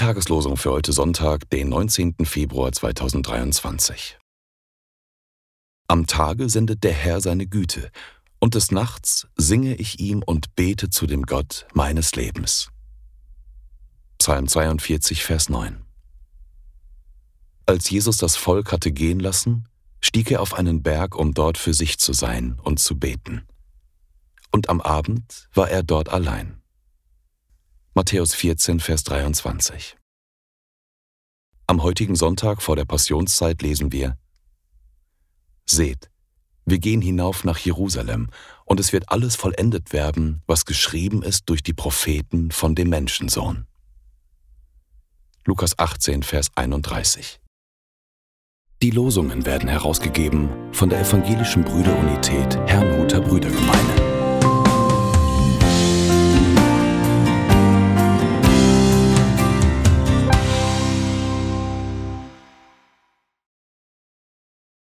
Tageslosung für heute Sonntag, den 19. Februar 2023. Am Tage sendet der Herr seine Güte, und des Nachts singe ich ihm und bete zu dem Gott meines Lebens. Psalm 42, Vers 9. Als Jesus das Volk hatte gehen lassen, stieg er auf einen Berg, um dort für sich zu sein und zu beten. Und am Abend war er dort allein. Matthäus 14, Vers 23. Am heutigen Sonntag vor der Passionszeit lesen wir: Seht, wir gehen hinauf nach Jerusalem, und es wird alles vollendet werden, was geschrieben ist durch die Propheten von dem Menschensohn. Lukas 18, Vers 31. Die Losungen werden herausgegeben von der Evangelischen Brüderunität Herrnhuter Brüdergemeine.